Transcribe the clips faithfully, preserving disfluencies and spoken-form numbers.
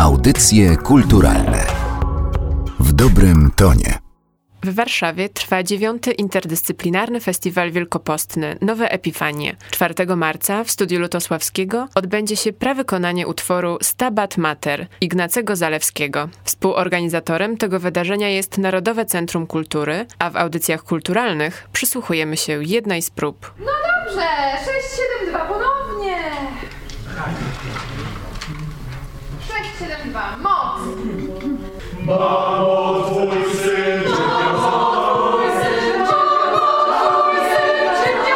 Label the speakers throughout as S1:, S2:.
S1: Audycje kulturalne w dobrym tonie.
S2: W Warszawie trwa dziewiąty interdyscyplinarny festiwal wielkopostny Nowe Epifanie. czwartego marca w Studiu Lutosławskiego odbędzie się prawykonanie utworu Stabat Mater Ignacego Zalewskiego. Współorganizatorem tego wydarzenia jest Narodowe Centrum Kultury, a w audycjach kulturalnych przysłuchujemy się jednej z prób.
S3: No dobrze, sześć siedem dwa ponownie. sześć siedem dwa, moc!
S4: Mamo, twój syn cię
S3: Twój syn cię Twój syn cię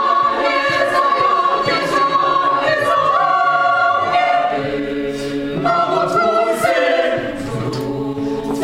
S3: Mamo, twój syn Twój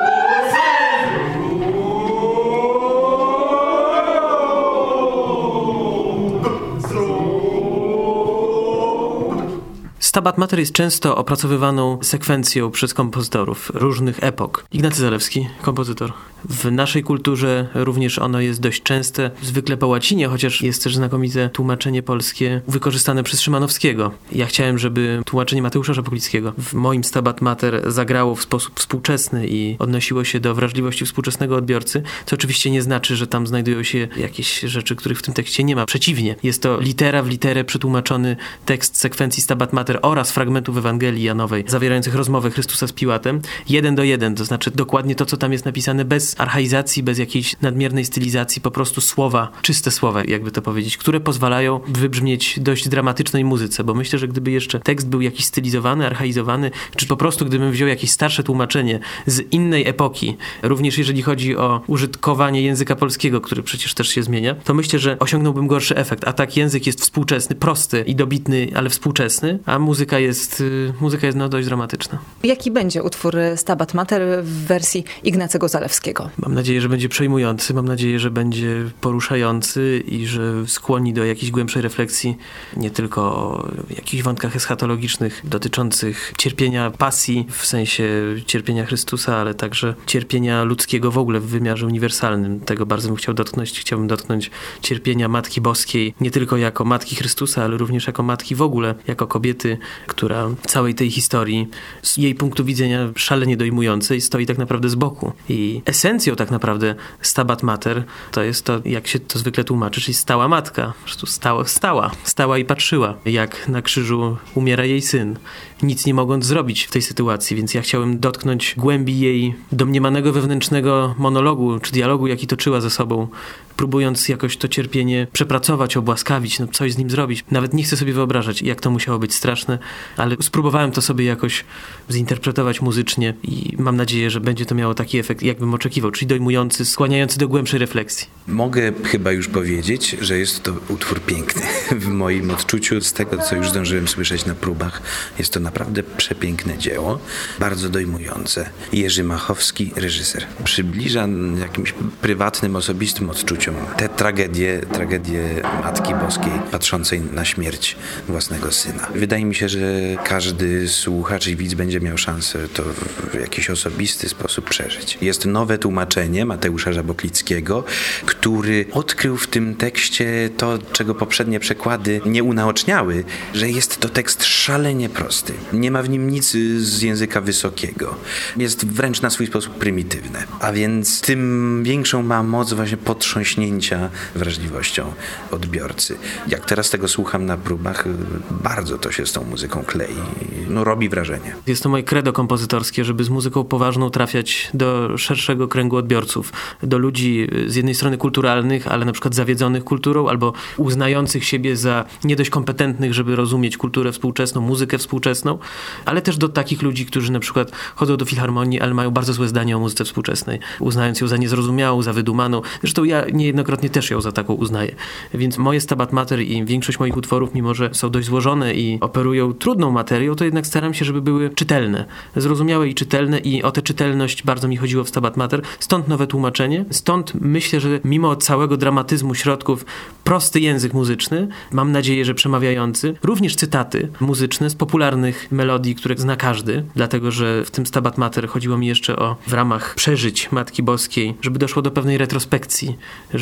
S5: Stabat Mater jest często opracowywaną sekwencją przez kompozytorów różnych epok. Ignacy Zalewski, kompozytor. W naszej kulturze również ono jest dość częste, zwykle po łacinie, chociaż jest też znakomite tłumaczenie polskie wykorzystane przez Szymanowskiego. Ja chciałem, żeby tłumaczenie Mateusza Szapoklickiego w moim Stabat Mater zagrało w sposób współczesny i odnosiło się do wrażliwości współczesnego odbiorcy, co oczywiście nie znaczy, że tam znajdują się jakieś rzeczy, których w tym tekście nie ma. Przeciwnie, jest to litera w literę przetłumaczony tekst sekwencji Stabat Mater oraz fragmentów Ewangelii Janowej zawierających rozmowę Chrystusa z Piłatem, jeden do jeden, to znaczy dokładnie to, co tam jest napisane, bez archaizacji, bez jakiejś nadmiernej stylizacji, po prostu słowa, czyste słowa, jakby to powiedzieć, które pozwalają wybrzmieć dość dramatycznej muzyce, bo myślę, że gdyby jeszcze tekst był jakiś stylizowany, archaizowany, czy po prostu gdybym wziął jakieś starsze tłumaczenie z innej epoki, również jeżeli chodzi o użytkowanie języka polskiego, który przecież też się zmienia, to myślę, że osiągnąłbym gorszy efekt, a tak język jest współczesny, prosty i dobitny, ale współczesny, a muzyka jest, muzyka jest no dość dramatyczna.
S6: Jaki będzie utwór Stabat Mater w wersji Ignacego Zalewskiego?
S5: Mam nadzieję, że będzie przejmujący, mam nadzieję, że będzie poruszający i że skłoni do jakiejś głębszej refleksji nie tylko o jakichś wątkach eschatologicznych dotyczących cierpienia pasji, w sensie cierpienia Chrystusa, ale także cierpienia ludzkiego w ogóle w wymiarze uniwersalnym. Tego bardzo bym chciał dotknąć. Chciałbym dotknąć cierpienia Matki Boskiej, nie tylko jako Matki Chrystusa, ale również jako Matki w ogóle, jako kobiety, która w całej tej historii z jej punktu widzenia szalenie dojmującej stoi tak naprawdę z boku. I esencją tak naprawdę Stabat Mater to jest to, jak się to zwykle tłumaczy, czyli stała matka. Po prostu stała, stała, stała i patrzyła, jak na krzyżu umiera jej syn, nic nie mogąc zrobić w tej sytuacji, więc ja chciałem dotknąć głębi jej domniemanego wewnętrznego monologu, czy dialogu, jaki toczyła ze sobą, próbując jakoś to cierpienie przepracować, obłaskawić, no coś z nim zrobić. Nawet nie chcę sobie wyobrażać, jak to musiało być straszne, ale spróbowałem to sobie jakoś zinterpretować muzycznie i mam nadzieję, że będzie to miało taki efekt, jakbym oczekiwał, czyli dojmujący, skłaniający do głębszej refleksji.
S7: Mogę chyba już powiedzieć, że jest to utwór piękny. W moim odczuciu, z tego, co już zdążyłem słyszeć na próbach, jest to naprawdę przepiękne dzieło, bardzo dojmujące. Jerzy Machowski, reżyser, przybliża jakimś prywatnym, osobistym odczuciom te tragedie, tragedie Matki Boskiej, patrzącej na śmierć własnego syna. Wydaje mi się, że każdy słuchacz i widz będzie miał szansę to w jakiś osobisty sposób przeżyć. Jest nowe tłumaczenie Mateusza Żaboklickiego, który odkrył w tym tekście to, czego poprzednie przekłady nie unaoczniały, że jest to tekst szalenie prosty. Nie ma w nim nic z języka wysokiego. Jest wręcz na swój sposób prymitywny. A więc tym większą ma moc właśnie potrząśnięcia wrażliwością odbiorcy. Jak teraz tego słucham na próbach, bardzo to się z tą muzyką klei. No, robi wrażenie.
S5: Jest to moje credo kompozytorskie, żeby z muzyką poważną trafiać do szerszego kręgu odbiorców. Do ludzi z jednej strony kulturalnych, ale na przykład zawiedzonych kulturą, albo uznających siebie za nie dość kompetentnych, żeby rozumieć kulturę współczesną, muzykę współczesną, ale też do takich ludzi, którzy na przykład chodzą do filharmonii, ale mają bardzo złe zdanie o muzyce współczesnej, uznając ją za niezrozumiałą, za wydumaną. Zresztą ja niejednokrotnie też ją za taką uznaję. Więc moje Stabat Mater i większość moich utworów, mimo że są dość złożone i operują trudną materią, to jednak staram się, żeby były czytelne. Zrozumiałe i czytelne i o tę czytelność bardzo mi chodziło w Stabat Mater. Stąd nowe tłumaczenie. Stąd myślę, że mimo całego dramatyzmu środków, prosty język muzyczny, mam nadzieję, że przemawiający, również cytaty muzyczne z popularnych melodii, które zna każdy, dlatego że w tym Stabat Mater chodziło mi jeszcze o w ramach przeżyć Matki Boskiej, żeby doszło do pewnej retrospekcji, że ona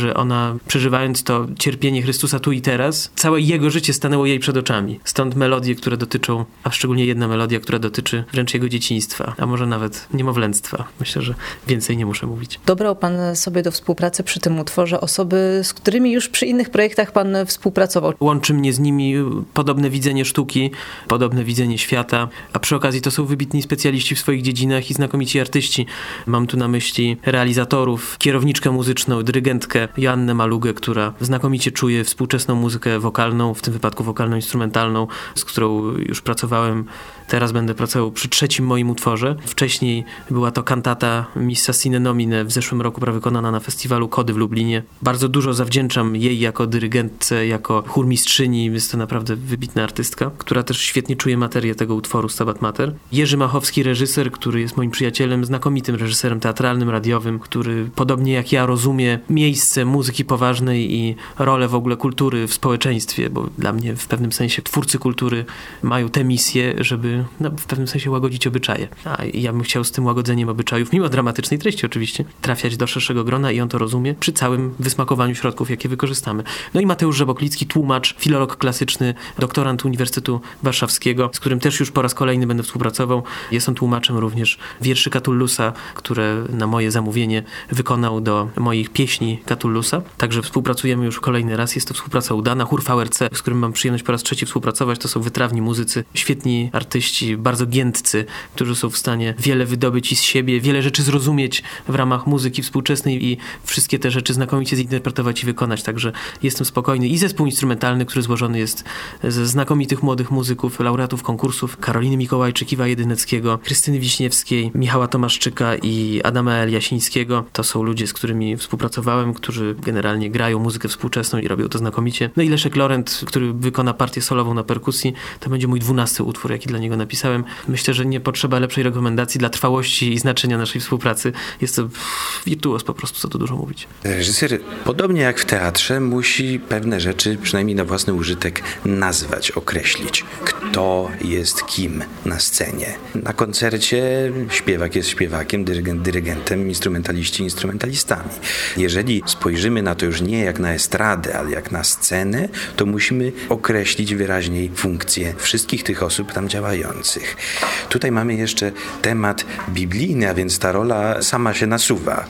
S5: ona przeżywając to cierpienie Chrystusa tu i teraz, całe jego życie stanęło jej przed oczami. Stąd melodie, które dotyczą, a szczególnie jedna melodia, która dotyczy wręcz jego dzieciństwa, a może nawet niemowlęctwa. Myślę, że więcej nie muszę mówić.
S6: Dobrał pan sobie do współpracy przy tym utworze osoby, z którymi już przy innych projektach pan współpracował.
S5: Łączy mnie z nimi podobne widzenie sztuki, podobne widzenie świata, a przy okazji to są wybitni specjaliści w swoich dziedzinach i znakomici artyści. Mam tu na myśli realizatorów, kierowniczkę muzyczną, dyrygentkę Joannę Malugę, która znakomicie czuje współczesną muzykę wokalną, w tym wypadku wokalno-instrumentalną, z którą już pracowałem. Teraz będę pracował przy trzecim moim utworze. Wcześniej była to kantata Missa Sine Nomine, w zeszłym roku wykonana na festiwalu Kody w Lublinie. Bardzo dużo zawdzięczam jej jako dyrygentce, jako chórmistrzyni. Jest to naprawdę wybitna artystka, która też świetnie czuje materię tego utworu Stabat Mater. Jerzy Machowski, reżyser, który jest moim przyjacielem, znakomitym reżyserem teatralnym, radiowym, który podobnie jak ja rozumie miejsce muzyki poważnej i rolę w ogóle kultury w społeczeństwie, bo dla mnie w pewnym sensie twórcy kultury mają tę misję, żeby no, w pewnym sensie łagodzić obyczaje. A ja bym chciał z tym łagodzeniem obyczajów, mimo dramatycznej treści oczywiście, trafiać do szerszego grona i on to rozumie przy całym wysmakowaniu środków, jakie wykorzystamy. No i Mateusz Żaboklicki, tłumacz, filolog klasyczny, doktorant Uniwersytetu Warszawskiego, z którym też już po raz kolejny będę współpracował. Jest on tłumaczem również wierszy Catullusa, które na moje zamówienie wykonał do moich pieśni Catullusa. Także współpracujemy już kolejny raz. Jest to współpraca udana. Chór V R C, z którym mam przyjemność po raz trzeci współpracować, to są wytrawni muzycy, świetni artyści, bardzo giętcy, którzy są w stanie wiele wydobyć i z siebie, wiele rzeczy zrozumieć w ramach muzyki współczesnej i wszystkie te rzeczy znakomicie zinterpretować i wykonać. Także jestem spokojny. I zespół instrumentalny, który złożony jest ze znakomitych młodych muzyków, laureatów konkursów Karoliny Mikołajczyk, Iwa Jedyneckiego, Krystyny Wiśniewskiej, Michała Tomaszczyka i Adama L. Jasińskiego. To są ludzie, z którymi współpracowałem, którzy generalnie grają muzykę współczesną i robią to znakomicie. No i Leszek Lorent, który wykona partię solową na perkusji. To będzie mój dwunasty utwór, jaki dla niego napisałem. Myślę, że nie potrzeba lepszej rekomendacji dla trwałości i znaczenia naszej współpracy. Jest to wirtuoz po prostu, co tu dużo mówić.
S7: Reżyser, podobnie jak w teatrze, musi pewne rzeczy, przynajmniej na własny użytek, nazwać, określić. Kto jest kim na scenie. Na koncercie śpiewak jest śpiewakiem, dyrygent dyrygentem, instrumentaliści instrumentalistami. Jeżeli spojrzymy na to już nie jak na estradę, ale jak na scenę, to musimy określić wyraźniej funkcję wszystkich tych osób tam działających. Tutaj mamy jeszcze temat biblijny, a więc ta rola sama się nasuwa.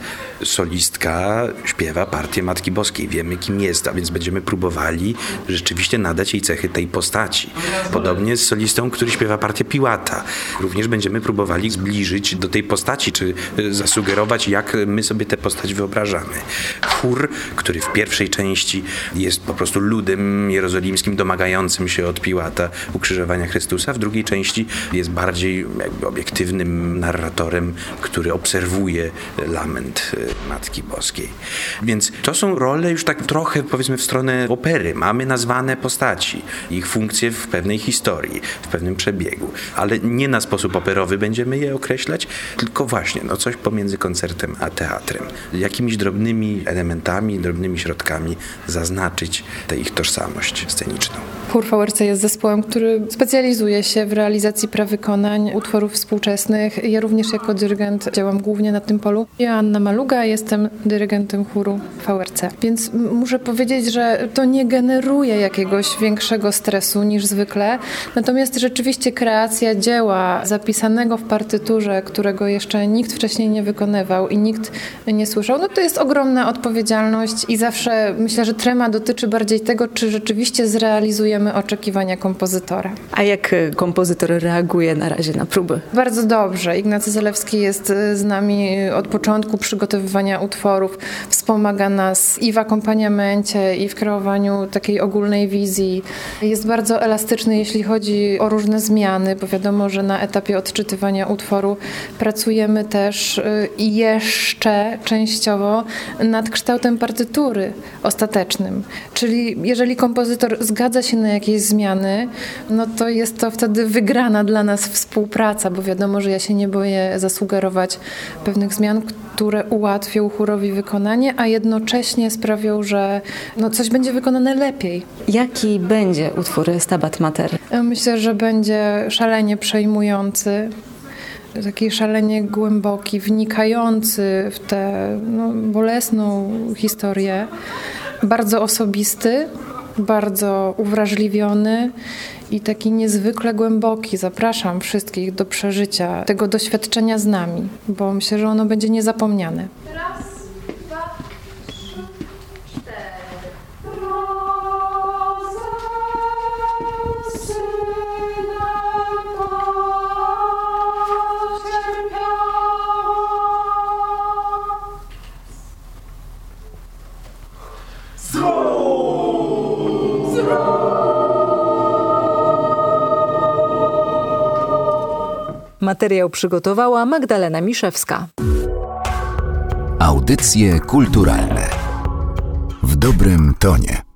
S7: Solistka śpiewa partię Matki Boskiej. Wiemy, kim jest, a więc będziemy próbowali rzeczywiście nadać jej cechy tej postaci. Podobnie z solistą, który śpiewa partię Piłata. Również będziemy próbowali zbliżyć do tej postaci, czy zasugerować, jak my sobie tę postać wyobrażamy. Chór, który w pierwszej części jest po prostu ludem jerozolimskim domagającym się od Piłata ukrzyżowania Chrystusa, w drugiej części jest bardziej jakby obiektywnym narratorem, który obserwuje lament Matki Boskiej. Więc to są role już tak trochę, powiedzmy, w stronę opery. Mamy nazwane postaci, ich funkcje w pewnej historii, w pewnym przebiegu, ale nie na sposób operowy będziemy je określać, tylko właśnie no coś pomiędzy koncertem a teatrem. Jakimiś drobnymi elementami, drobnymi środkami zaznaczyć tę ich tożsamość sceniczną.
S8: Chór V R C jest zespołem, który specjalizuje się w realizacji prawykonań utworów współczesnych. Ja również jako dyrygent działam głównie na tym polu. Joanna Maluga, jestem dyrygentem chóru V R C. Więc m- muszę powiedzieć, że to nie generuje jakiegoś większego stresu niż zwykle. Natomiast rzeczywiście kreacja dzieła zapisanego w partyturze, którego jeszcze nikt wcześniej nie wykonywał i nikt nie słyszał, no to jest ogromna odpowiedzialność i zawsze myślę, że trema dotyczy bardziej tego, czy rzeczywiście zrealizujemy oczekiwania kompozytora.
S6: A jak kompozytor reaguje na razie na próby?
S8: Bardzo dobrze. Ignacy Zalewski jest z nami od początku przygotowywania utworów. Wspomaga nas i w akompaniamencie, i w kreowaniu takiej ogólnej wizji. Jest bardzo elastyczny, jeśli chodzi o różne zmiany, bo wiadomo, że na etapie odczytywania utworu pracujemy też i jeszcze częściowo nad kształtem partytury ostatecznym. Czyli jeżeli kompozytor zgadza się na jakieś zmiany, no to jest to wtedy wygrana dla nas współpraca, bo wiadomo, że ja się nie boję zasugerować pewnych zmian, które ułatwią chórowi wykonanie, a jednocześnie sprawią, że no coś będzie wykonane lepiej.
S6: Jaki będzie utwór Stabat Mater?
S8: Myślę, że będzie szalenie przejmujący, taki szalenie głęboki, wnikający w tę no, bolesną historię. bardzo osobisty, bardzo uwrażliwiony i taki niezwykle głęboki. Zapraszam wszystkich do przeżycia tego doświadczenia z nami, bo myślę, że ono będzie niezapomniane.
S3: Raz, dwa, trzy, cztery.
S6: Materiał przygotowała Magdalena Miszewska.
S1: Audycje kulturalne w dobrym tonie.